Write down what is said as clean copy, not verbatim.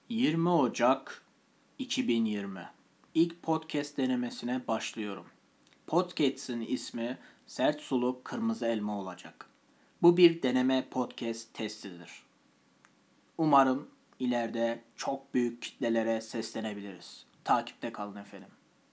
20 Ocak 2020. İlk podcast denemesine başlıyorum. Podcast'in ismi Sert Suluk Kırmızı Elma olacak. Bu bir deneme podcast testidir. Umarım ileride çok büyük kitlelere seslenebiliriz. Takipte kalın efendim.